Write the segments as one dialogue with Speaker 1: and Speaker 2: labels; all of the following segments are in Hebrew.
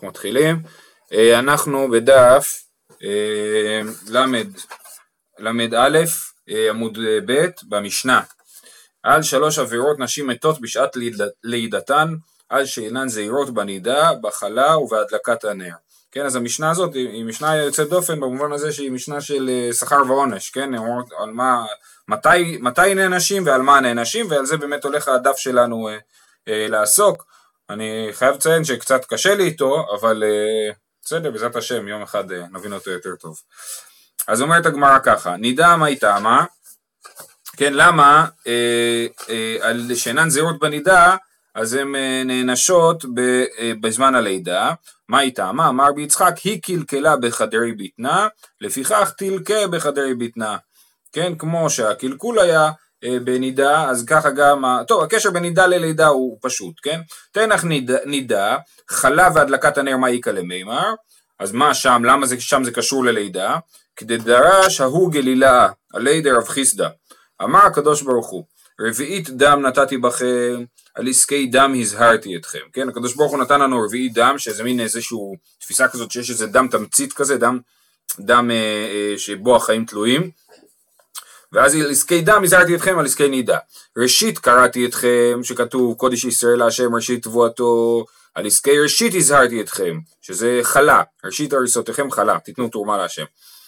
Speaker 1: אנחנו מתחילים. אנחנו בדף למד א' עמוד ב' במשנה. על 3 עבירות נשים מתות בשעת לידתן, על שאינן זהירות בנידה, בחלה ובהדלקת הנר. כן, אז המשנה הזאת היא משנה יוצאת דופן במובן הזה שהיא משנה של שכר ועונש, כן, על מתי נענשים ועל מה נענשים, ועל זה באמת הולך הדף שלנו לעסוק. אני חייב לציין שקצת קשה לי איתו, אבל בסדר, בעזרת השם, יום אחד נבין אותו יותר טוב. אז אומרת הגמרא ככה, נידה מה היא טעמה? כן, למה על שאינן זהירות בנידה, אז הן נענשות בזמן הלידה. מה היא טעמה? אמר ביצחק, היא קלקלה בחדרי ביטנה, לפיכך תלקה בחדרי ביטנה. כן, כמו שהקלקול היה בנידה, אז ככה גם, טוב, הקשר בנידה ללידה הוא פשוט, כן? תנח נידה, חלה והדלקת הנר מה יקה למימר, אז מה שם, למה שם זה קשור ללידה? כדי דרש ההוא גלילה, עלי דרב חיסדא. אמר הקדוש ברוך הוא, רביעית דם נתתי בכם, על עסקי דם הזהרתי אתכם. כן, הקדוש ברוך הוא נתן לנו רביעית דם, שזה מין איזשהו תפיסה כזאת שיש איזה דם תמצית כזה, דם שבו החיים תלויים. ואז על עסקי דם הזהרתי אתכם, על עסקי נידה. ראשית קראתי אתכם, שכתוב קודש ישראל השם ראשית תבואתו, על עסקי ראשית הזהרתי אתכם, שזה חלה, ראשית הריסותיכם חלה, תיתנו תרומה להשם.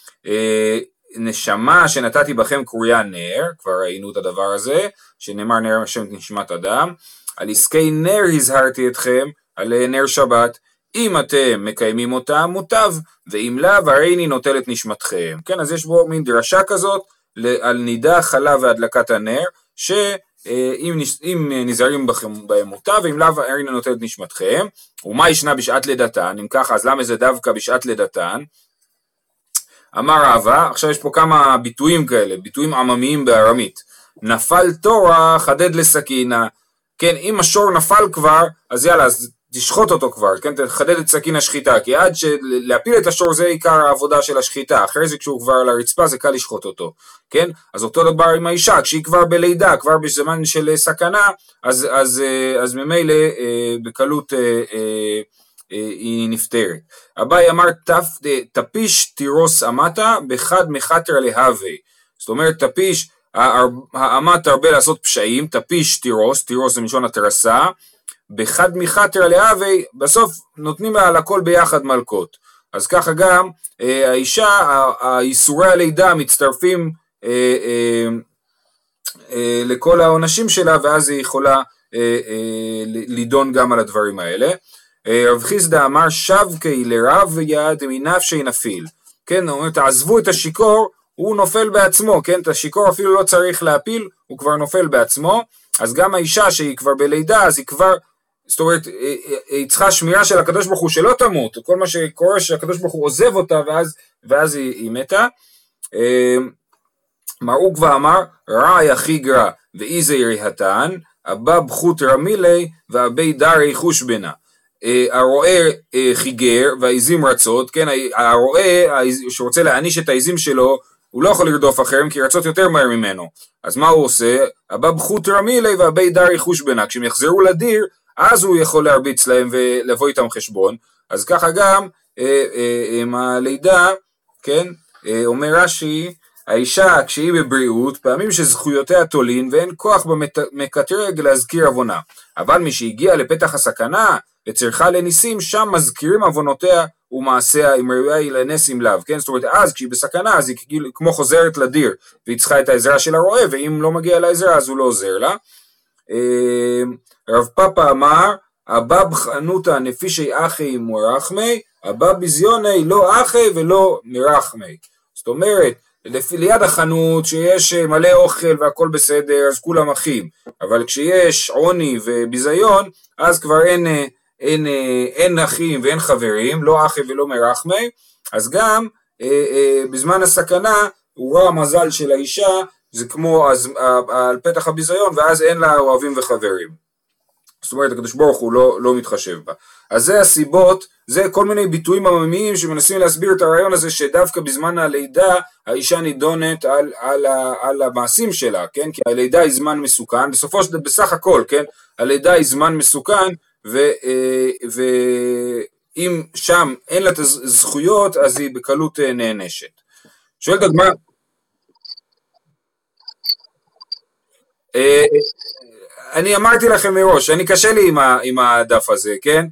Speaker 1: נשמה שנתתי בכם קרויה נר, כבר ראינו את הדבר הזה, שנאמר נר השם נשמת אדם, על עסקי נר הזהרתי אתכם, על נר שבת, אם אתם מקיימים אותם מוטב, ואם לאו הריני נוטל את נשמתכם. כן, אז יש בו מין דרשה כזאת, על נידה, חלה והדלקת הנר, שאם נזהרים בהם מוטב, ואם לאו הריני נוטל את נשמתכם, ומה ישנה בשעת לידתן, אם ככה, אז למה זה דווקא בשעת לידתן? אמר רבא, עכשיו יש פה כמה ביטויים כאלה, ביטויים עממיים בארמית. נפל תורה, חדד לסכינה. כן, אם השור נפל כבר, אז יאללה, אז תשחוט אותו כבר, כן, תחדד את סכין השחיטה, כי עד להפיל את השור זה עיקר העבודה של השחיטה, אחרי זה כשהוא כבר על הרצפה זה קל לשחוט אותו, כן, אז אותו דבר עם האישה, כשהיא כבר בלידה, כבר בזמן של סכנה, אז ממילא בקלות היא נפטרת. אביי אמר תפיש תירוס אמתה בחד מחתר להווי, זאת אומרת תפיש, האמת הרבה לעשות פשעים, תפיש תירוס, תירוס זה מלשון התרסה, בחד מחתר להווי, בסוף נותנים לה על הכל ביחד מלכות. אז ככה גם האישה, האיסורי הלידה מצטרפים לכל העונשים שלה, ואז היא יכולה לדון גם על הדברים האלה. רב חיסדא אמר שבקי לרב יד מנפשי נפיל. כן, הוא אומר, תעזבו את השיכור, הוא נופל בעצמו, כן, את השיכור אפילו לא צריך להפיל, הוא כבר נופל בעצמו. אז גם האישה שהיא כבר בלידה, אז היא כבר, זאת אומרת, היא צריכה שמירה של הקדוש ברוך הוא שלא תמות, כל מה שקורה שהקדוש ברוך הוא עוזב אותה, ואז היא מתה. מרוק ואמר, רע יחיג רע, ואיזה יריהתן, הבא בחוט רמילי, והבי דרי חושבנה. הרועה חיגר והעיזים רצות, כן, הרועה שרוצה להעניש את העיזים שלו, הוא לא יכול לרדוף אחריהם כי רצות יותר מהר ממנו. אז מה הוא עושה? הבא בחוט רמילי והבי דרי חושבנה, כשהם יחזרו לדיר, אז הוא יכול להרביץ להם ולבוא איתם חשבון. אז ככה גם עם הלידה, כן, אומר רש"י, האישה כשהיא בבריאות, פעמים שזכויותיה תולין ואין כוח במקטרג להזכיר עוונה. אבל מי שהגיע לפתח הסכנה וצריכה לניסים, שם מזכירים עוונותיה ומעשיה אם ראויה היא לנס עם לאו. כן, זאת אומרת, אז כשהיא בסכנה, אז היא כמו חוזרת לדיר, והיא צריכה את העזרה של הרועה, ואם לא מגיע לעזרה, אז הוא לא עוזר לה. רב פאפה אמר, הבא בחנותה נפישי אחי מרחמי, הבא בזיוני לא אחי ולא מרחמי. זאת אומרת, ליד החנות שיש מלא אוכל והכל בסדר, אז כולם אחים, אבל כשיש עוני וביזיון, אז כבר אין אחים ואין חברים, לא אחי ולא מרחמי, אז גם בזמן הסכנה, הוא רע המזל של האישה, זה כמו על פתח הביזיון, ואז אין לה אוהבים וחברים. זאת אומרת, הקדוש ברוך הוא לא מתחשב בה. אז זה הסיבות, זה כל מיני ביטויים עממיים שמנסים להסביר את הרעיון הזה, שדווקא בזמן הלידה, האישה נידונת על המעשים שלה, כן? כי הלידה היא זמן מסוכן, בסך הכל, כן? הלידה היא זמן מסוכן, אם שם אין לה את הזכויות, אז היא בקלות נענשת. שואלת הגמרא, אני אמרתי לכם מראש, אני קשה לי עם הדף הזה, כן?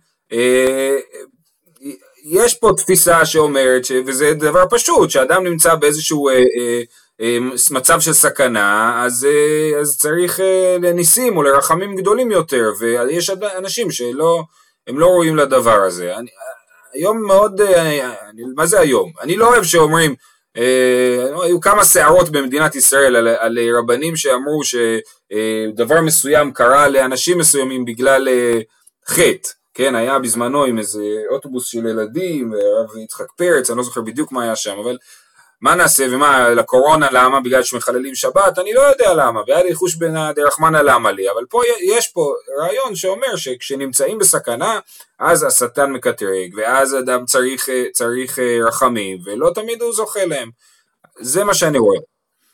Speaker 1: יש פה תפיסה שאומרת, וזה דבר פשוט, שאדם נמצא באיזשהו מצב של סכנה, אז צריך לניסים או לרחמים גדולים יותר, ויש אנשים הם לא רואים לדבר הזה. היום מאוד, מה זה היום? אני לא אוהב שאומרים, היו כמה שערות במדינת ישראל על רבנים שאמרו שדבר מסוים קרה לאנשים מסוימים בגלל חטא, כן, היה בזמנו עם איזה אוטובוס של ילדים, הרב יצחק פרץ, אני לא זוכר בדיוק מה היה שם, אבל מה נעשה ומה, לקורונה למה? בגלל שמחללים שבת? אני לא יודע למה, והיה לי חוש בין דרחמנא למה לי, אבל פה יש פה רעיון שאומר שכשנמצאים בסכנה, אז השטן מקטרג, ואז אדם צריך רחמים, ולא תמיד הוא זוכה להם. זה מה שאני רואה.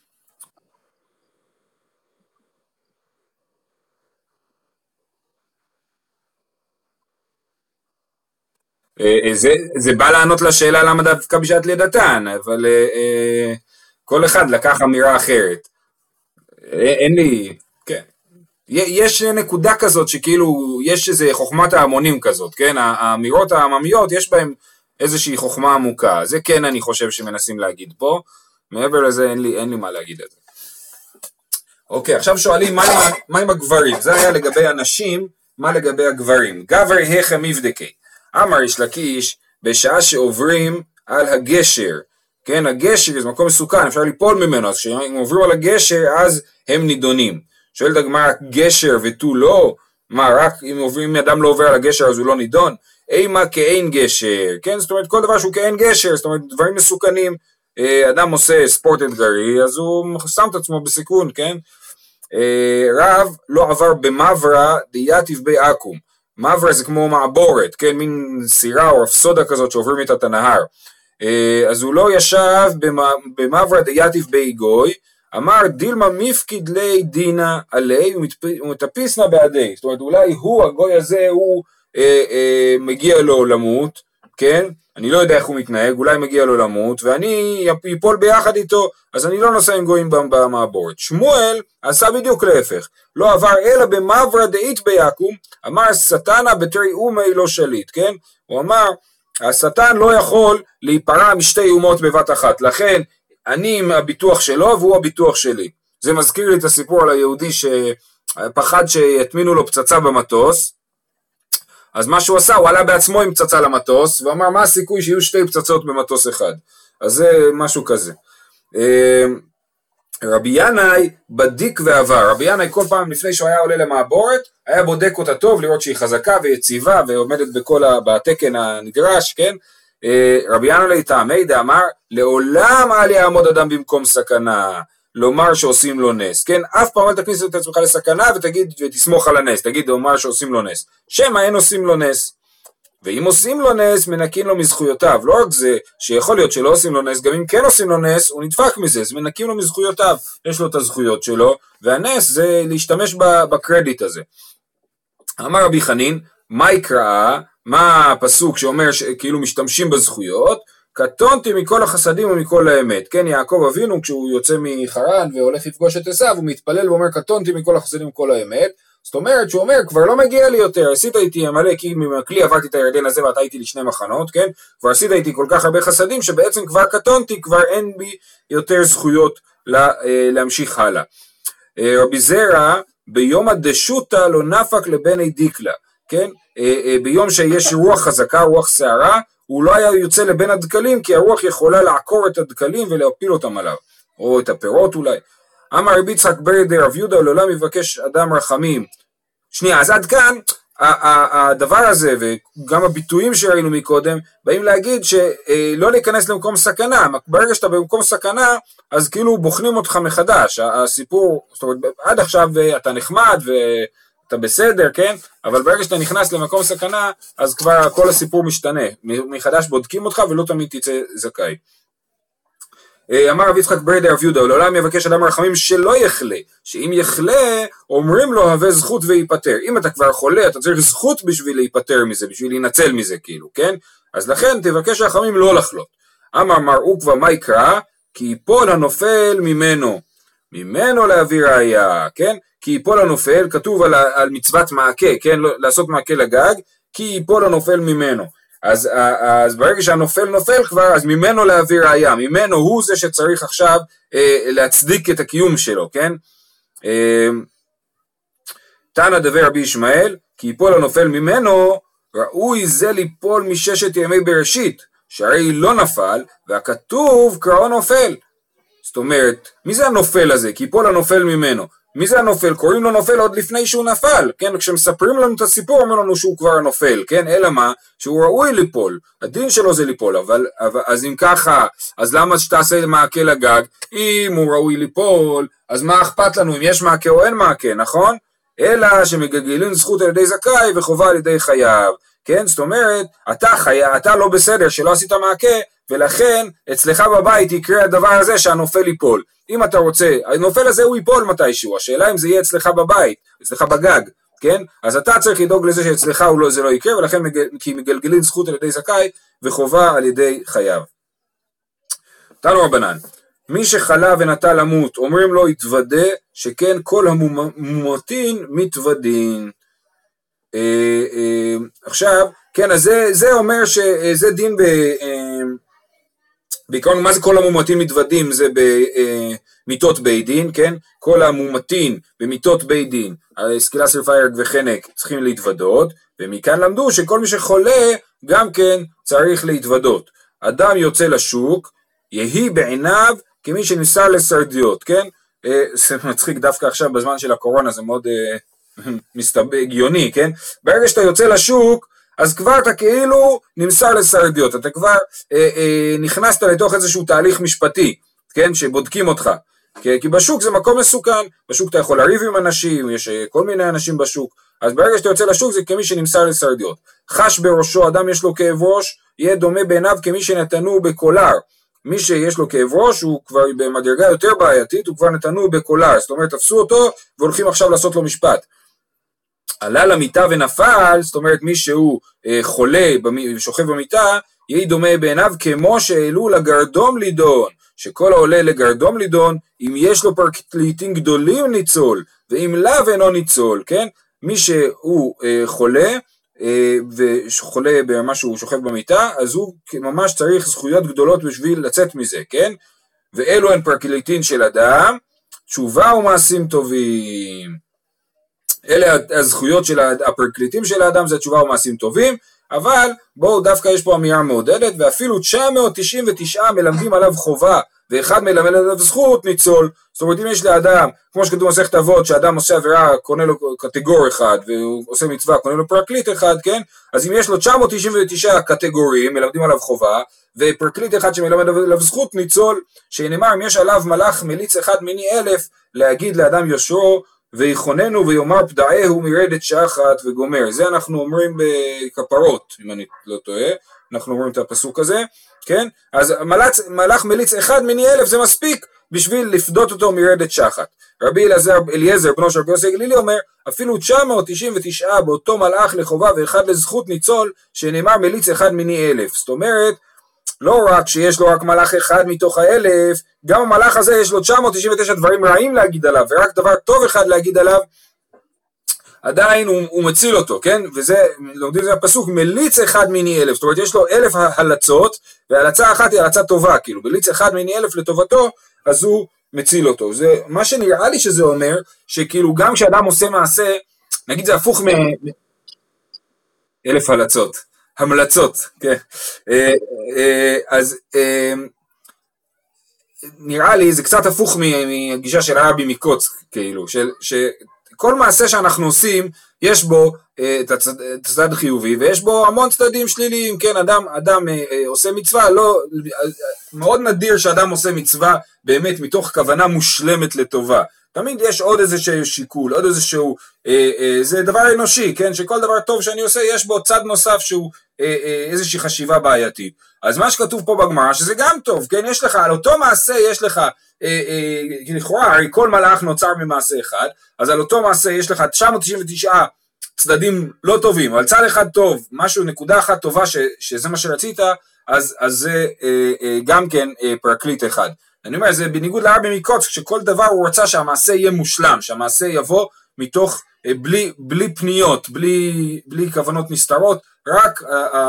Speaker 1: זה בא לענות לשאלה למה דווקא בשעת לידתן, אבל כל אחד לקח אמירה אחרת. אין לי, כן. יש נקודה כזאת שכאילו יש איזה חוכמת ההמונים כזאת, כן? האמירות העממיות יש בהן איזושהי חוכמה עמוקה, זה כן אני חושב שמנסים להגיד פה, מעבר לזה אין לי מה להגיד על זה. אוקיי, עכשיו שואלים מה עם הגברים, זה היה לגבי הנשים, מה לגבי הגברים? גבר הכם יבדקי, אמר יש לקיש, בשעה שעוברים על הגשר, כן, הגשר זה מקום מסוכן, אפשר ליפול ממנו, אז כשהם עוברים על הגשר אז הם נידונים. שואלת הגמרא, גשר ותו לא? מה, רק אם אדם לא עובר על הגשר אז הוא לא נידון? אימה כאין גשר, כן, זאת אומרת כל דבר שהוא כאין גשר, זאת אומרת דברים מסוכנים, אדם עושה ספורט אתגרי, אז הוא שם את עצמו בסיכון, כן? רב לא עבר במברה דיאטיב בעכו"ם, מברה זה כמו מעבורת, כן, מין סירה או אפסודה כזאת שעוברים איתה את הנהר, אז הוא לא ישב במברה דיאטיב באיגוי, אמר דילמה מפקיד לי דינה עלי ומטפיסנה בעדי, זאת אומרת אולי הוא הגוי הזה הוא מגיע לו למות, כן, אני לא יודע איך הוא מתנהג, אולי מגיע לו למות ואני אפול ביחד איתו, אז אני לא נוסע עם גויים במעבורת. שמואל עשה בדיוק להפך, לא עבר אלא במברה דאית ביעקום, אמר שטנה בתרי אומי לא שליט, כן, הוא אמר השטן לא יכול להיפרע משתי אומות בבת אחת, לכן אני עם הביטוח שלו והוא הביטוח שלי. זה מזכיר לי את הסיפור על היהודי שפחד שיטמינו לו פצצה במטוס, אז מה שהוא עשה, הוא עלה בעצמו עם פצצה למטוס, ואמר מה הסיכוי שיהיו שתי פצצות במטוס אחד. אז זה משהו כזה. רבי ינאי בדיק ועבר, רבי ינאי כל פעם לפני שהוא היה עולה למעבורת, היה בודק אותה טוב, לראות שהיא חזקה ויציבה, ועומדת בתקן הנדרש, כן? רבי ינאי טעמי דאמר, לעולם אל יעמוד אדם במקום סכנה, לומר שעושים לו נס, כן? אף פעם אל תכניס את עצמך לסכנה ותגיד ותסמוך על הנס, תגיד לומר שעושים לו נס, שמה אין עושים לו נס, ואם עושים לו נס מנקים לו מזכויותיו, לא רק זה שיכול להיות שלא עושים לו נס, גם אם כן עושים לו נס הוא נדפק מזה, אז מנקים לו מזכויותיו, יש לו את הזכויות שלו, והנס זה להשתמש בקרדיט הזה. אמר רבי חנין, מה יקרא, מה הפסוק שאומר כאילו משתמשים בזכויות, קטונתי מכל החסדים ומכל האמת, כן, יעקב אבינו כשהוא יוצא מחרן והולך לפגוש את עשיו, הוא מתפלל ואומר קטונתי מכל החסדים ומכל האמת, זאת אומרת שהוא אומר כבר לא מגיע לי יותר, עשית איתי מלא כי ממקלי עברתי את הירדן הזה ואתה הייתי לי שני מחנות, כן, כבר עשית איתי כל כך הרבה חסדים שבעצם כבר קטונתי, כבר אין בי יותר זכויות להמשיך הלאה. רבי זרע ביום הדשוטה לא נפק לבני דיקלה, כן, ביום שיש רוח חזקה, רוח שערה, הוא לא היה יוצא לבין הדקלים, כי הרוח יכולה לעקור את הדקלים ולהפיל אותם עליו, או את הפירות אולי. אמר רבי יצחק ברי דרב יהודה, לעולם יבקש אדם רחמים. שנייה, אז עד כאן, הדבר הזה, וגם הביטויים שראינו מקודם, באים להגיד שלא להיכנס למקום סכנה, ברגע שאתה במקום סכנה, אז כאילו בוחנים אותך מחדש, הסיפור, זאת אומרת, עד עכשיו אתה נחמד אתה בסדר, כן? אבל ברגע שאתה נכנס למקום סכנה, אז כבר כל הסיפור משתנה. מחדש בודקים אותך ולא תמיד תצא זכאי. אמר רב יצחק ברדה רב יהודה, לעולם יבקש אדם רחמים שלא יחלה, שאם יחלה אומרים לו הווה זכות ויפטר. אם אתה כבר חולה אתה צריך זכות בשביל להיפטר מזה, בשביל להינצל מזה כאילו, כן? אז לכן תבקש רחמים לא לחלות. אמר מר עוקבא מה יקרא? כי ייפול הנופל ממנו להביא ראיה, כן? כי ייפול הנופל, כתוב על מצוות מעקה, כן? לעשות מעקה לגג, כי ייפול הנופל ממנו. אז ברגע שהנופל נופל כבר, אז ממנו להביא ראיה, ממנו הוא זה שצריך עכשיו להצדיק את הקיום שלו, כן? תנא דבר רבי ישמעאל, כי ייפול הנופל ממנו, ראוי זה ליפול מששת ימי בראשית, שהרי לא נפל, והכתוב קראו נופל. זאת אומרת, מי זה הנופל הזה? כי ייפול הנופל ממנו. מי זה הנופל? קוראים לו נופל עוד לפני שהוא נפל, כן? כשמספרים לנו את הסיפור, אומרים לנו שהוא כבר נופל, כן? אלא מה? שהוא ראוי ליפול, הדין שלו זה ליפול, אז אם ככה, אז למה שתעשה מעקה לגג? אם הוא ראוי ליפול, אז מה אכפת לנו אם יש מעקה או אין מעקה, נכון? אלא שמגלגלים זכות על ידי זכאי וחובה על ידי חייב, כן? זאת אומרת, אתה לא בסדר שלא עשית מעקה, ולכן אצלך בבית יקרה הדבר הזה שהנופל ייפול. אם אתה רוצה, הנופל הזה הוא ייפול מתישהו, השאלה אם זה יהיה אצלך בבית, אצלך בגג, כן? אז אתה צריך לדאוג לזה שאצלך זה לא יקרה, ולכן כי מגלגלים זכות על ידי זכאי וחובה על ידי חייב. תנו רבנן, מי שחלה ונטה למות, אומרים לו יתוודה, שכן כל המומתין מתוודין. עכשיו, כן, אז זה אומר שזה דין בעיקרון, מה זה כל המומתין מתוודים? זה במיתות בית דין, כן? כל המומתין במיתות בית דין, סקילה שרפה הרג וחנק צריכים להתוודות, ומכאן למדו שכל מי שחולה גם כן צריך להתוודות. אדם יוצא לשוק, יהי בעיניו כמי שניסה לסרדיות, כן? זה מצחיק דווקא עכשיו בזמן של הקורונה, זה מאוד הגיוני, כן? ברגע שאתה יוצא לשוק, אז כבר אתה כאילו נמסר לסרדיות, אתה כבר נכנסת לתוך איזשהו תהליך משפטי, כן, שבודקים אותך, כי בשוק זה מקום מסוכן, בשוק אתה יכול לריב עם אנשים, יש כל מיני אנשים בשוק, אז ברגע שאתה יוצא לשוק זה כמי שנמסר לסרדיות. חש בראשו, אדם יש לו כאב ראש, יהיה דומה בעיניו כמי שנתנו בקולר, מי שיש לו כאב ראש הוא כבר במדרגה יותר בעייתית, הוא כבר נתנו בקולר, זאת אומרת תפסו אותו והולכים עכשיו לעשות לו משפט. עלה למיטה ונפל, זאת אומרת מי שהוא חולה ושוכב במיטה, יהי דומה בעיניו כמו שהעלו לגרדום לידון, שכל העולה לגרדום לידון, אם יש לו פרקליטים גדולים ניצול, ואם לאו אינו ניצול, כן? מי שהוא חולה, וחולה במשהו שוכב במיטה, אז הוא ממש צריך זכויות גדולות בשביל לצאת מזה, כן? ואלו הן פרקליטין של אדם, תשובה ומעשים טובים. אלה הזכויות של הפרקליטים של האדם, זה תשובה ומעשים טובים, אבל בואו דווקא יש פה אמירה מעודדת, ואפילו 999 מלמדים עליו חובה, ואחד מלמד עליו זכות ניצול. זאת אומרת אם יש לאדם, כמו שכתוב מסכת אבות, שאדם עושה עבירה, קונה לו קטגור אחד, והוא עושה מצווה, קונה לו פרקליט אחד, כן? אז אם יש לו 999 קטגורים, מלמדים עליו חובה, ופרקליט אחד שמלמד עליו זכות ניצול, שנאמר אם יש עליו מלאך מליץ אחד מיני 1000, להגיד לאדם יושרו, ויחוננו ויאמר פדעהו מרדת שחת וגומר. זה אנחנו אומרים בכפרות, אם אני לא טועה, אנחנו אומרים את הפסוק הזה, כן? אז מלאך מליץ אחד מיני 1000 זה מספיק בשביל לפדות אותו מרדת שחת. רבי אליעזר בנו של רבי יוסי הגלילי אומר, אפילו 999 באותו מלאך לחובה ואחד לזכות ניצול, שנאמר מליץ אחד מיני 1000. זאת אומרת, לא רק שיש לו רק מלאך אחד מתוך 1000, גם המלאך הזה יש לו 999 דברים רעים להגיד עליו, ורק דבר טוב אחד להגיד עליו, עדיין הוא מציל אותו, כן? וזה, לומדים זה הפסוק, מליץ אחד מיני 1000, זאת אומרת יש לו 1000 הלצות, והלצה אחת היא הלצה טובה, כאילו, מליץ אחד מיני 1000 לטובתו, אז הוא מציל אותו. זה, מה שנראה לי שזה אומר, שכאילו גם כשאדם עושה מעשה, נגיד זה הפוך 1000 הלצות. המלצות, כן. אז נראה לי זה קצת הפוך מהגישה של הרבי מקוץ, כאילו, שכל מעשה שאנחנו עושים, יש בו את הצד חיובי, ויש בו המון צדדים שליליים, כן, אדם עושה מצווה, לא, מאוד נדיר שאדם עושה מצווה באמת מתוך כוונה מושלמת לטובה. תמיד יש עוד איזשהו שיקול, עוד איזשהו, זה דבר אנושי, כן, שכל דבר טוב שאני עושה, יש בו צד נוסף שהוא איזושהי חשיבה בעייתית. אז מה שכתוב פה בגמרא, שזה גם טוב, כן, יש לך, על אותו מעשה יש לך, לכאורה, הרי כל מלאך נוצר ממעשה אחד, אז על אותו מעשה יש לך 999 צדדים לא טובים, אבל צד אחד טוב, משהו, נקודה אחת טובה, שזה מה שרצית, אז זה גם כן פרקליט אחד. אני אומר, זה בניגוד להרבה מקוץ, כשכל דבר הוא רצה שהמעשה יהיה מושלם, שהמעשה יבוא מתוך, בלי פניות, בלי כוונות נסתרות, רק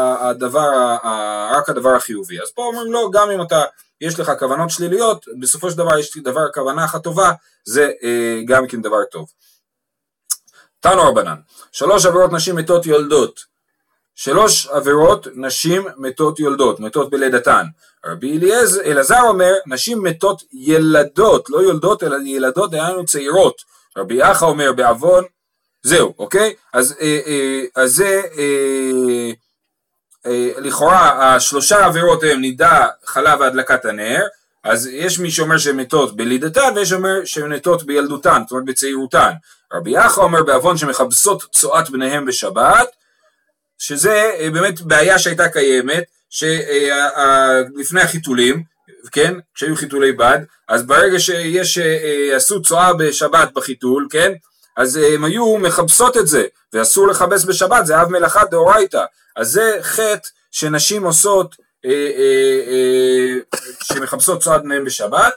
Speaker 1: הדבר החיובי. אז פה אומרים לו, גם אם יש לך כוונות שליליות, בסופו של דבר יש דבר, כוונה אחת טובה, זה גם כן דבר טוב. תנו רבנן, 3 עבירות נשים מתות יולדות, 3 עבירות נשים מתות יולדות, מתות בלידתן. רבי אלעזר אומר, נשים מתות ילדות, לא יולדות אלא ילדות, דהיינו צעירות. רבי אחא אומר בעוון, זהו, אוקיי? אז זה, לכאורה, 3 עבירות הם נידה, חלה והדלקת הנר, אז יש מי שאומר שהן מתות בלידתן, ויש שאומר שהן מתות בילדותן, זאת אומרת בצעירותן. רבי אחא אומר בעוון שמחבסות צואת בניהם בשבת, שזה באמת בעיה שהייתה קיימת, שלפני החיתולים, כן, כשהיו חיתולי בד, אז ברגע עשו צואה בשבת בחיתול, כן, אז הם היו מחבסות את זה, ואסור לחבס בשבת, זה אב מלאכה דאורייתא, אז זה חטא שנשים עושות, שמחבסות צואת בניהם בשבת,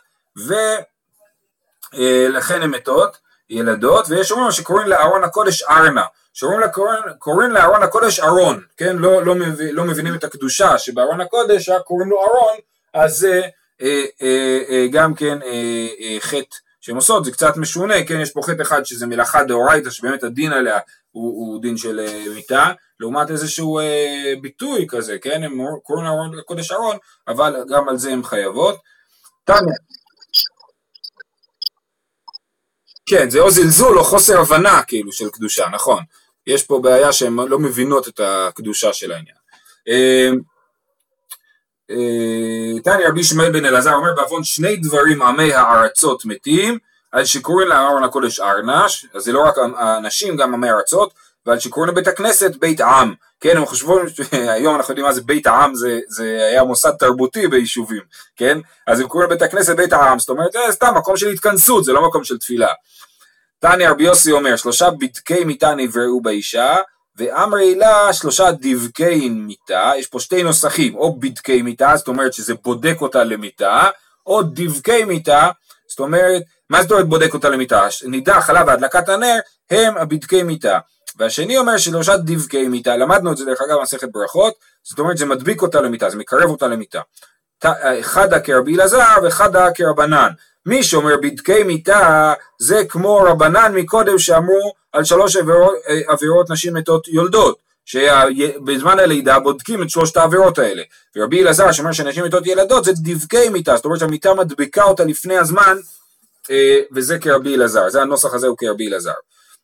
Speaker 1: ולכן הן מתות, ילדות, ויש אומרים שקוראים לארון הקודש ארנה, שקוראים לארון הקודש ארון, כן, לא מבינים את הקדושה שבארון הקודש רק קוראים לו ארון, אז זה גם כן חטא שהם עושות, זה קצת משונה, כן, יש פה חטא אחד שזה מלאכה דאורייתא, שבאמת הדין עליה הוא דין של מיתה, לעומת איזשהו ביטוי כזה, כן, הם קוראים לארון הקודש ארון, אבל גם על זה הם חייבות. תניא. כן, זה או זלזול או חוסר הבנה כאילו של קדושה, נכון. יש פה בעיה שהן לא מבינות את הקדושה של העניין. תניא רבי ישמעאל בן אלעזר אומר בעוון 2 דברים עמי הארצות מתים, על שקוראים לארון הקודש ארנש, אז זה לא רק האנשים, גם עמי הארצות, ועל שקוראים לבית הכנסת בית עם, כן, הם חושבים, היום אנחנו יודעים מה זה בית העם, זה היה מוסד תרבותי ביישובים, כן, אז הם קוראים לבית הכנסת בית העם, זאת אומרת, זה סתם מקום של התכנסות, זה לא מקום של תפילה. תניא רבי יוסי אומר, 3 בדקי מיתה נבראו באישה, ואמרי לה 3 דבקי מיתה, יש פה 2 נוסחים, או בדקי מיתה, זאת אומרת שזה בודק אותה למיתה, או דבקי מיתה, זאת אומרת, מה זאת אומרת בודק אותה למיתה? נידה, חלה והדלקת הנר, הם הבדקי מיתה. והשני אומר 3 דבקי מיתה, למדנו את זה דרך אגב במסכת ברכות, זאת אומרת זה מדביק אותה למיתה, זה מקרב אותה למיתה. אחד כרבי אלעזר ואחד כרבנן. מי שאומר בדקי מיתה זה כמו רבנן מקודם שאמרו על 3 עבירות נשים מתות יולדות, שבזמן הלידה בודקים את 3 העבירות האלה. ורבי אלעזר שאומר שנשים מתות ילדות זה דבקי מיתה, זאת אומרת שהמיתה מדביקה אותה לפני הזמן, וזה כרבי אלעזר, זה הנוסח הזה הוא כרבי אלעזר.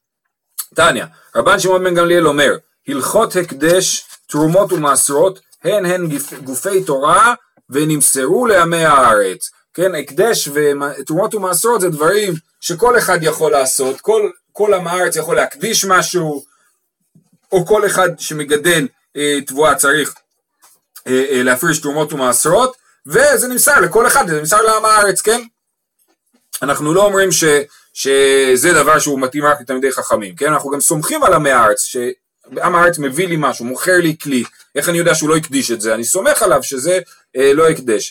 Speaker 1: תניא, רבן שמעון בן גמליאל אומר, הלכות הקדש, תרומות ומעשרות, הן גופי תורה ונמסרו לעמי הארץ. כן, הקדש ותרומות ומעשרות זה דברים שכל אחד יכול לעשות, כל עם הארץ יכול להקדיש משהו, או כל אחד שמגדל תבואה צריך להפריש תרומות ומעשרות, וזה נמסר לכל אחד, זה נמסר לעם הארץ, כן? אנחנו לא אומרים שזה דבר שהוא מתאים רק לתלמידי חכמים, כן? אנחנו גם סומכים על עמי הארץ, שעם הארץ מביא לי משהו, מוכר לי כלי, איך אני יודע שהוא לא יקדיש את זה? אני סומך עליו שזה לא יקדש.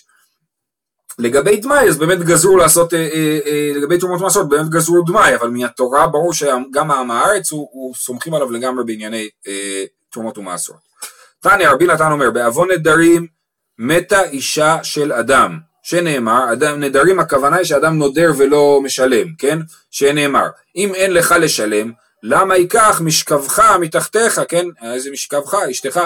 Speaker 1: לגבי דמי, אז באמת גזרו לעשות, לגבי תרומות ומעשרות, באמת גזרו דמי, אבל מהתורה ברור שגם העם הארץ הוא סומכים עליו לגמרי בענייני תרומות ומעשרות. תניא רבי נתן אומר, בעוון נדרים מתה אישה של אדם, שנאמר, נדרים הכוונה היא שאדם נודר ולא משלם, כן? שנאמר, אם אין לך לשלם, למה ייקח משכבך מתחתיך, כן? איזה משכבך, אשתך?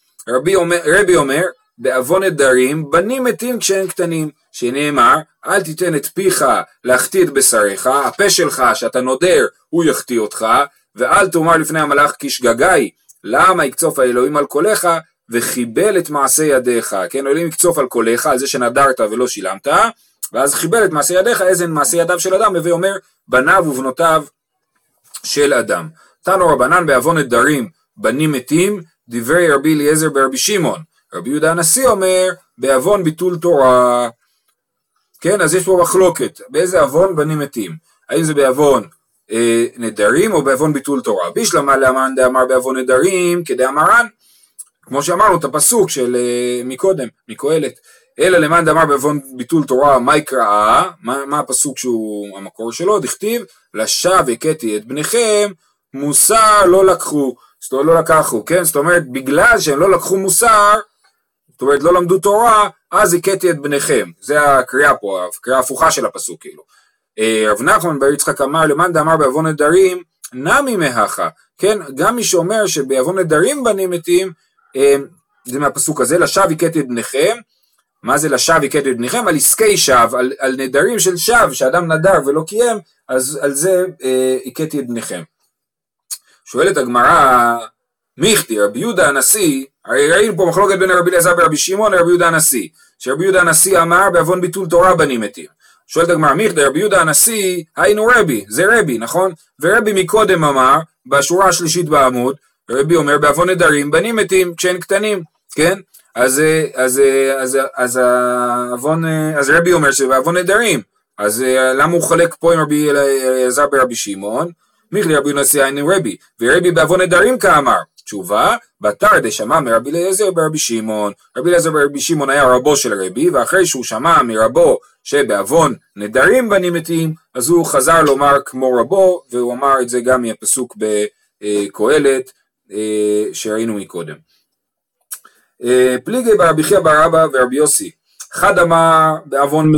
Speaker 1: רבי אומר, בעוון נדרים, בנים מתים כשהם קטנים, שנאמר, אל תיתן את פיך להחטיא את בשריך, הפה שלך שאתה נודר, הוא יחטיא אותך, ואל תאמר לפני המלאך כשגגאי, למה יקצוף האלוהים על קולך, וחיבל את מעשה ידיך, כן, אלוהים יקצוף על קולך, על זה שנדרת ולא שילמת, ואז חיבל את מעשה ידיך, איזה מעשה ידיו של אדם, הווי אומר, בניו ובנותיו של אדם. תנו רבנן בעוון נדרים, בנים מתים, דברי רבי אליעזר ברבי שמעון, רבי יהודה הנשיא אומר בעוון ביטול תורה. כן, אז יש פה מחלוקת, באיזה עוון בנים מתים, האם זה בעוון נדרים או בעוון ביטול תורה. בישלמה למאן דאמר בעוון נדרים כדאמרן, כמו שאמרנו את הפסוק של מקודם, מקהלת, אלא למאן דאמר בעוון ביטול תורה מה יקרא, מה הפסוק שהוא המקור שלו, דכתיב לשב הכיתי את בניכם מוסר לא לקחו, זאת אומרת לא לקחו, כן, זאת אומרת בגלל שהם לא לקחו מוסר, זאת אומרת לא למדו תורה, אז הכיתי את בניכם, זה הקריאה פה, הקריאה הפוכה של הפסוק כאילו. רב נחמן בר יצחק אמר למאן דאמר בעוון נדרים נמי מהכה, כן, גם מי שאומר שבעוון נדרים בנים מתים, זה מהפסוק הזה, לשב הכיתי את בניכם. מה זה לשב הכיתי את בניכם? על עסקי שב, על נדרים של שב, שאדם נדר ולא קיים, אז על זה הכיתי את בניכם. שואלת הגמרא, מיכתי, רבי יהודה הנשיא, הרי ראינו פה מחלוקת בין רבי אליעזר ברבי שמעון לרבי יהודה הנשיא, שרבי יהודה הנשיא אמר בעוון ביטול תורה בנים מתים. שואלת הגמרא, מיכתי, רבי יהודה הנשיא, היינו רבי, זה רבי, נכון? ורבי מקודם אמר, בשורה השלישית בעמוד, רבי אומר בעוון נדרים בנים מתים כשהם קטנים, כן? אז רבי אומר שבעוון נדרים, אז למה הוא חלק פה עם רבי אליעזר ברבי שמעון? מיכלי רבי נשיא היינו רבי, ורבי בעוון נדרים כאמר. תשובה, בתר דשמע מרבי אליעזר ברבי שמעון, רבי אליעזר ברבי שמעון היה רבו של רבי, ואחרי שהוא שמע מרבו שבעוון נדרים בנים מתים, אז הוא חזר לומר כמו רבו, והוא אמר את זה גם מהפסוק בקהלת שראינו מקודם. פליגי ברבי חייא בר אבא ורבי יוסי, אחד אמר בעוון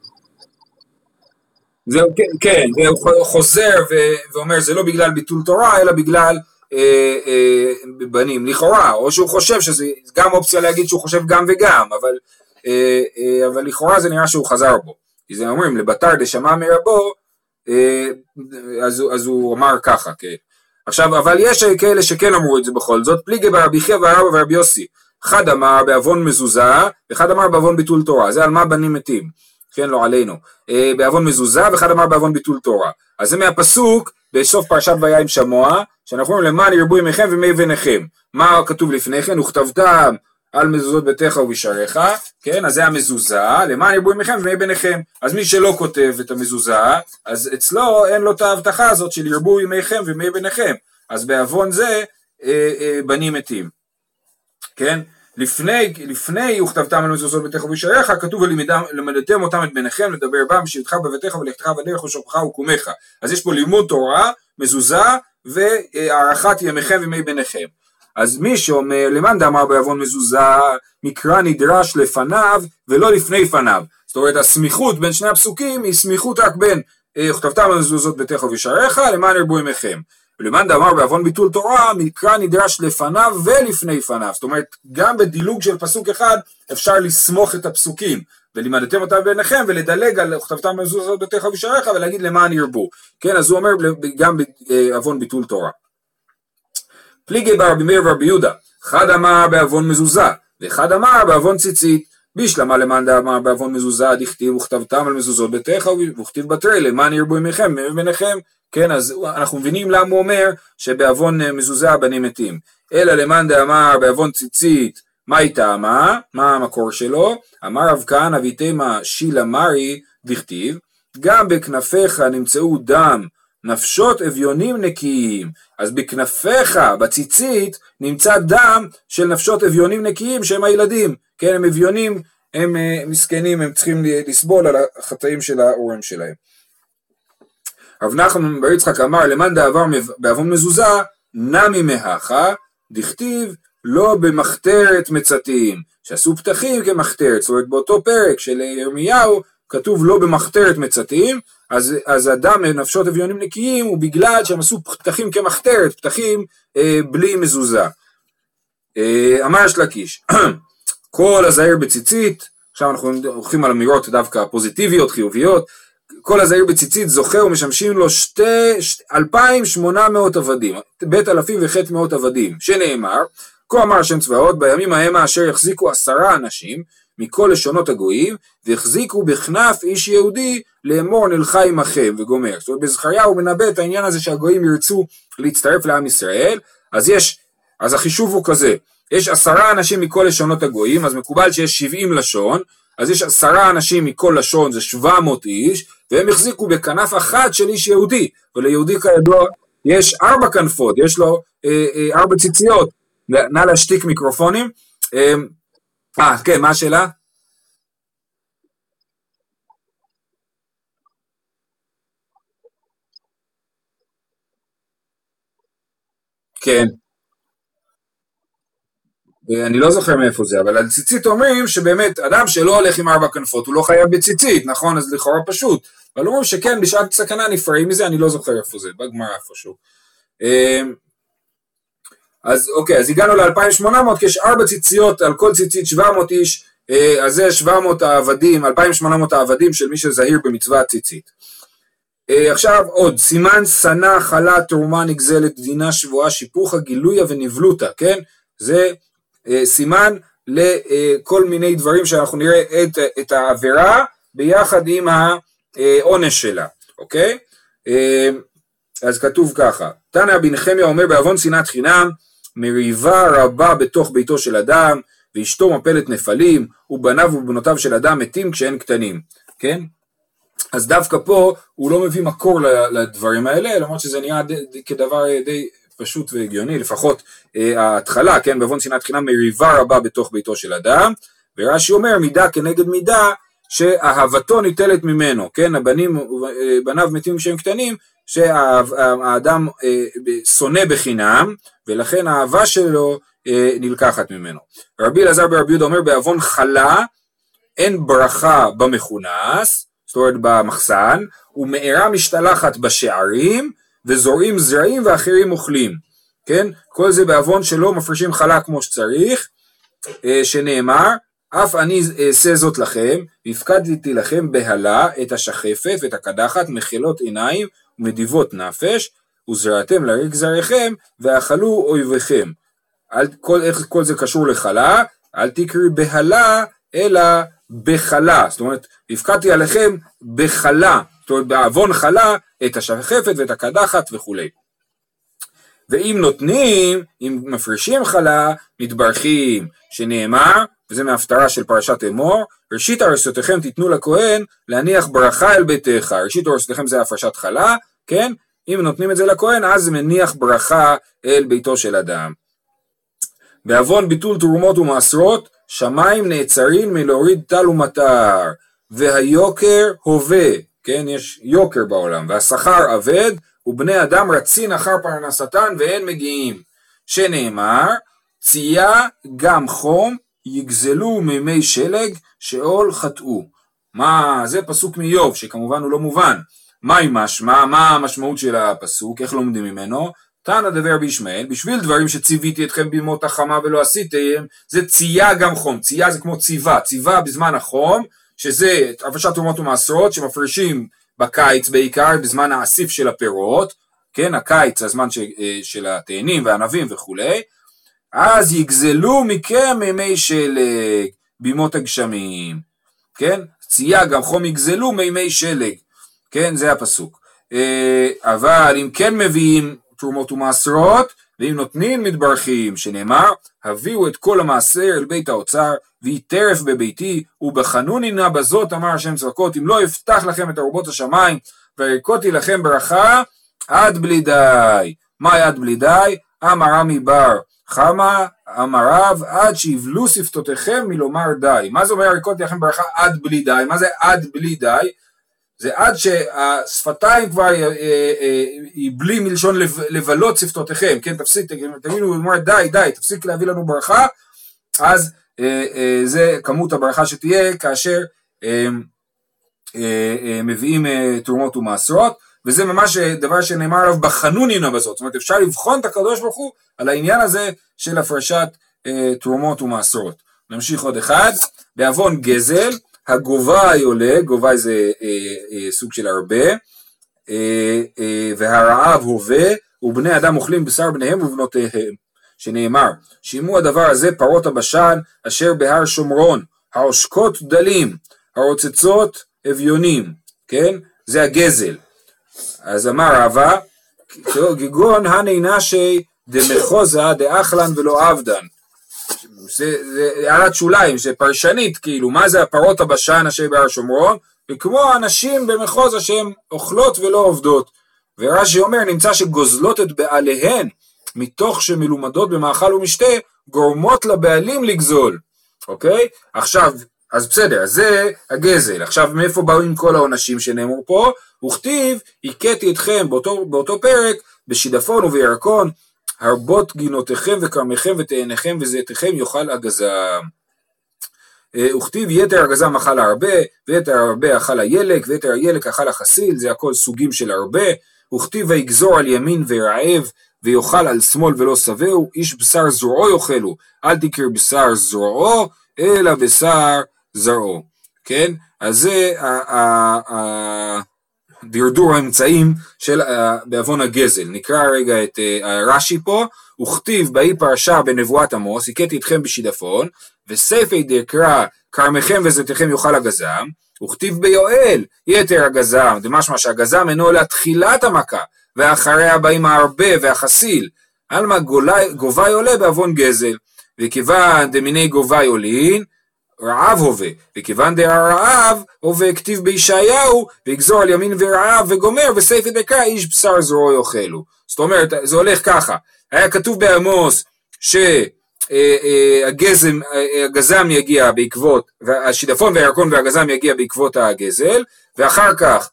Speaker 1: זהו, כן, והוא חוזר ואומר זה לא בגלל ביטול תורה אלא בגלל בנים לכאורה, או שהוא חושב שזה גם אופציה להגיד שהוא חושב גם וגם, אבל לכאורה זה נראה שהוא חזר בו, כי זה אומרים לבתר דשמע מרבו, אז הוא אמר ככה, כן. עכשיו, אבל יש כאלה שכן אמרו את זה בכל זאת, פליגי ברבי חייא בר אבא ורבי יוסי, אחד אמר בעוון מזוזה, ואחד אמר בעוון ביטול תורה, זה על מה בנים מתים, כן, לא עלינו, בעוון מזוזה, ואחד אמר בעוון ביטול תורה, אז זה מהפסוק, בסוף פרשת והיה עם שמוע, שאנחנו אומרים למען ירבו ימיכם ומי בניכם, מה כתוב לפני כן, וכתבתם על מזוזות ביתך ובשעריך, כן, אז זה המזוזה, למען ירבו ימיכם ומי בניכם, אז מי שלא כותב את המזוזה, אז אצלו אין לו את ההבטחה הזאת של ירבו ימיכם ומי בניכם, אז בעוון זה בנים מתים, כן, לפני וכתבתם על מזוזות ביתך ובשעריך, כתוב ולמדתם אותם את בניכם, לדבר בם בשבתך בביתך ולכתך בדרך ושופך וקומך, אז יש פה לימוד תורה, מזוזה והערכת ימיכם ומי בניכם. אז מי שאומר למאן דאמר בעוון מזוזה, מקרא נדרש לפניו ולא לפני פניו, זאת אומרת הסמיכות בין שני הפסוקים היא סמיכות רק בין וכתבתם על מזוזות ביתך ובשעריך למען ירבו ימיכם. ולמאן דאמר בעוון ביטול תורה, מקרא נדרש לפניו ולפני פניו, זאת אומרת גם בדילוג של פסוק אחד אפשר לסמוך את הפסוקים, ולימדתם אותם ביניכם ולדלג על וכתבתם על מזוזות ביתך ובשעריך ולהגיד למען ירבו, כן, אז הוא אומר גם בעוון ביטול תורה. פליגי ברבי מאיר ורבי יהודה, אחד אמר בעוון מזוזה, ואחד אמר בעוון ציצית, בישלמה למאן דאמר בעוון מזוזה, דכתיב וכתבתם על מזוזות ביתך וכתיב בתרי, למען ירבו ימיכם וביניכם, כן, אז אנחנו מבינים למה הוא אומר שבעוון מזוזה בנים מתים, אלא למאן דאמר בעוון ציצית, מה היא טעמה? מה המקור שלו? אמר רב כהנא ויתמה שילה מרי, דכתיב, גם בכנפיך נמצאו דם, נפשות אביונים נקיים, אז בכנפיך, בציצית, נמצא דם של נפשות אביונים נקיים שהם הילדים, כן, הם אביונים, הם מסכנים, הם צריכים לסבול על החטאים של ההורים שלהם. רב נחמן בר יצחק אמר למאן דאמר בעוון מזוזה, נמי מהכה, דכתיב לא במחתרת מצתים, שעשו פתחים כמחתרת, זאת אומרת באותו פרק של ירמיהו, כתוב לא במחתרת מצתים, אז הדם נפשות אביונים נקיים הוא בגלל שהם עשו פתחים כמחתרת, פתחים בלי מזוזה. אמר יש לקיש, כל הזעיר בציצית, עכשיו אנחנו הולכים על אמירות דווקא פוזיטיביות, חיוביות, כל הזעיר בציצית זוכה ומשמשים לו 2,800 עבדים, בית אלפים וחטא מאות עבדים, שנאמר, כה אמר השם צבאות, בימים ההם אשר יחזיקו 10 אנשים, מכל לשונות הגויים, והחזיקו בכנף איש יהודי לאמור נלכה עמכם וגומר. זאת אומרת, בזכריה הוא מנבא את העניין הזה שהגויים ירצו להצטרף לעם ישראל, אז יש אז החישוב הוא כזה, יש 10 אנשים מכל לשונות הגויים, אז מקובל שיש 70 לשון, אז יש 10 אנשים מכל לשון, זה 700 איש, והם החזיקו בכנף אחת של איש יהודי, וליהודי כידוע יש 4 כנפות, יש לו 4 ציציות, נא להשתיק מיקרופונים. כן, מה השאלה? כן. אני לא זוכר מאיפה זה, אבל על ציצית אומרים שבאמת אדם שלא הולך עם 4 כנפות הוא לא חייב בציצית, נכון? אז לכאורה פשוט, אבל אומרים שכן בשעת סכנה נפרעים מזה, אני לא זוכר איפה זה, בגמרא איפשהו. אז אוקיי, אז הגענו ל-2800, כי יש 4 ציציות, על כל ציצית 700 איש, אז זה 700 העבדים, 2800 העבדים של מי שזהיר במצווה ציצית. עכשיו עוד, סימן סנה, חלה, תרומה, נגזלת, דינה, שבועה, שיפוחה, גילויה ונבלותה, כן? זה סימן לכל מיני דברים שאנחנו נראה את העבירה ביחד עם העונש שלה, אוקיי? אז כתוב ככה, תנא בן נחמיה אומר בעוון שנאת חינם, מריבה רבה בתוך ביתו של אדם, ואשתו מפלת נפלים, ובניו ובנותיו של אדם מתים כשהן קטנים, כן? אז דווקא פה הוא לא מביא מקור לדברים האלה, למרות שזה נראה כדבר די פשוט והגיוני, לפחות ההתחלה, כן, בעוון שנאת חינם מריבה רבה בתוך ביתו של אדם, ורש"י אומר מידה כנגד מידה, שאהבתו ניטלת ממנו, כן, בניו מתים כשהם קטנים, שהאדם שונא בחינם, ולכן האהבה שלו נלקחת ממנו. רבי אלעזר ברבי יהודה אומר בעוון חלה, אין ברכה במכונס, זאת אומרת במחסן, ומארה משתלחת בשערים, וזורעים זרעים ואחרים אוכלים, כן? כל זה בעוון שלא מפרישים חלה כמו שצריך, שנאמר, אף אני אעשה זאת לכם, והפקדתי לכם בהלה את השחפת ואת הקדחת, מחילות עיניים ומדיבות נפש, וזרעתם לריק זרעכם, ואכלו אויביכם. איך כל זה קשור לחלה? אל תקראי בהלה, אלא בחלה, זאת אומרת, הפקדתי עליכם בחלה, זאת אומרת, בעוון חלה, את השחפת ואת הקדחת וכו'. ואם נותנים, אם מפרישים חלה, מתברכים, שנאמר, וזה מההפטרה של פרשת אמור, ראשית ארוסותיכם תיתנו לכהן להניח ברכה אל ביתך, ראשית ארוסותיכם זה הפרשת חלה, כן? אם נותנים את זה לכהן, אז זה מניח ברכה אל ביתו של אדם. בעוון ביטול תרומות ומעשרות, שמיים נעצרים מלהוריד טל ומטר, והיוקר הווה, כן, יש יוקר בעולם, והשכר אבד, ובני אדם רצין אחר פרנסתן ואין מגיעים, שנאמר, צייה גם חום, יגזלו מימי שלג, שאול חטאו. מה, זה פסוק מאיוב, שכמובן הוא לא מובן. מה המשמעות של הפסוק, איך לומדים ממנו? תנא דבר רבי ישמעאל, בשביל דברים שציוויתי אתכם בימות החמה ולא עשיתם, זה צייה גם חום, צייה זה כמו ציווה, ציווה בזמן החום, שזה הפרשת תרומות ומעשרות שמפרישים בקיץ בעיקר, בזמן האסיף של הפירות, כן, הקיץ, הזמן של התאנים והענבים וכו', אז יגזלו מכם מימי שלג, בימות הגשמים, כן, צייה גם חום יגזלו מימי שלג, כן, זה הפסוק, אבל אם כן מביאים תרומות ומעשרות, ואם נותנים מתברכים, שנאמר, הביאו את כל המעשר אל בית האוצר, והיא טרף בביתי, ובחנוני נא בזאת, אמר השם צבקות, אם לא אפתח לכם את ארובות השמיים, והרקותי לכם ברכה, עד בלי די. מה עד בלי די? אמר רמי בר חמה, אמר רב, עד שיבלו שפתותיכם מלומר די. מה זה אומר הרקותי לכם ברכה עד בלי די? מה זה עד בלי די? זה עד שהשפתיים כבר יבלי מלשון לבלות שפתותיכם, כן, תפסיק, תגידו, אומר די, תפסיק להביא לנו ברכה, אז זה כמות הברכה שתהיה כאשר מביאים תרומות ומעשרות, וזה ממש דבר שנאמר עליו בחנוני נא בזאת, זאת אומרת אפשר לבחון את הקדוש ברוך הוא על העניין הזה של הפרשת תרומות ומעשרות. נמשיך עוד אחד, בעוון גזל, הגובי עולה, גובי זה סוג של הרבה, והרעב הווה, ובני אדם אוכלים בשר בניהם ובנותיהם, שנאמר, שימו הדבר הזה פרות הבשן, אשר בהר שומרון, העושקות דלים, הרוצצות אביונים, כן? זה הגזל. אז אמר רבא, גיגון הני נשי דמחוזה דאכלן ולא עבדן. זה הערת שוליים, זה פרשנית, כאילו, מה זה הפרות הבשן אשר בהר שומרון? וכמו אנשים במחוזה שהן אוכלות ולא עובדות. ורש"י אומר, נמצא שגוזלות את בעליהן, מתוך שמלומדות במאכל ומשתה, גורמות לבעלים לגזול. אוקיי? עכשיו, אז בסדר, זה הגזל. עכשיו, מאיפה באו כל העונשים שנאמרו פה? וכתיב, הכיתי אתכם באותו פרק, בשידפון ובירקון, הרבות גינותיכם וכרמיכם ותאניכם וזיתיכם יאכל הגזם. וכתיב יתר הגזם אכל הרבה, ויתר הרבה אכל הילק, ויתר הילק אכל החסיל, זה הכל סוגים של הרבה. וכתיב ויגזור על ימין ורעב, ויאכל על שמאל ולא שבעו, איש בשר זרועו יאכלו, אל תקרא בשר זרועו, אלא בשר זרעו. כן? אז זה דרדור האמצעים של בעוון הגזל. נקרא רגע את רש"י פה, וכתיב באי פרשה בנבואת עמוס, הכיתי אתכם בשידפון, וספי דקרא כרמיכם וזיתיכם יאכל הגזם, וכתיב ביואל יתר הגזם, דמשמע שהגזם אינו אלא תחילת המכה, ואחריה באים הרבה והחסיל, עלמא גובי עולה בעוון גזל, וכיוון דמיני גובי עולין, רעב הווה, וכיוון דרעב הווה כתיב בישעיהו, ויגזור על ימין ורעב וגומר, וספי דקרא איש בשר זרועו יאכלו. זאת אומרת, זה הולך ככה, היה כתוב בעמוס שהגזם יגיע בעקבות, השידפון והירקון והגזם יגיע בעקבות הגזל, ואחר כך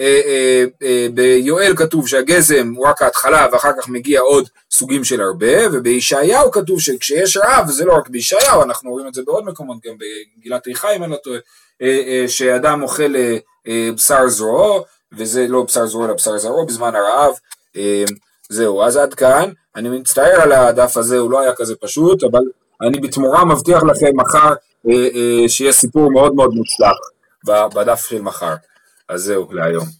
Speaker 1: ביואל כתוב שהגזם הוא רק ההתחלה ואחר כך מגיע עוד סוגים של הרבה, ובישעיהו כתוב שכשיש רעב, זה לא רק בישעיהו, אנחנו רואים את זה בעוד מקומות, גם בגילת איכה אם אני לא טועה, שאדם אוכל בשר זרועו, וזה לא בשר זרועו אלא בשר זרעו בזמן הרעב. זהו, אז עד כאן, אני מצטער על הדף הזה, הוא לא היה כזה פשוט, אבל אני בתמורה מבטיח לכם מחר שיהיה סיפור מאוד מאוד מוצלח בדף של מחר. אז זהו להיום.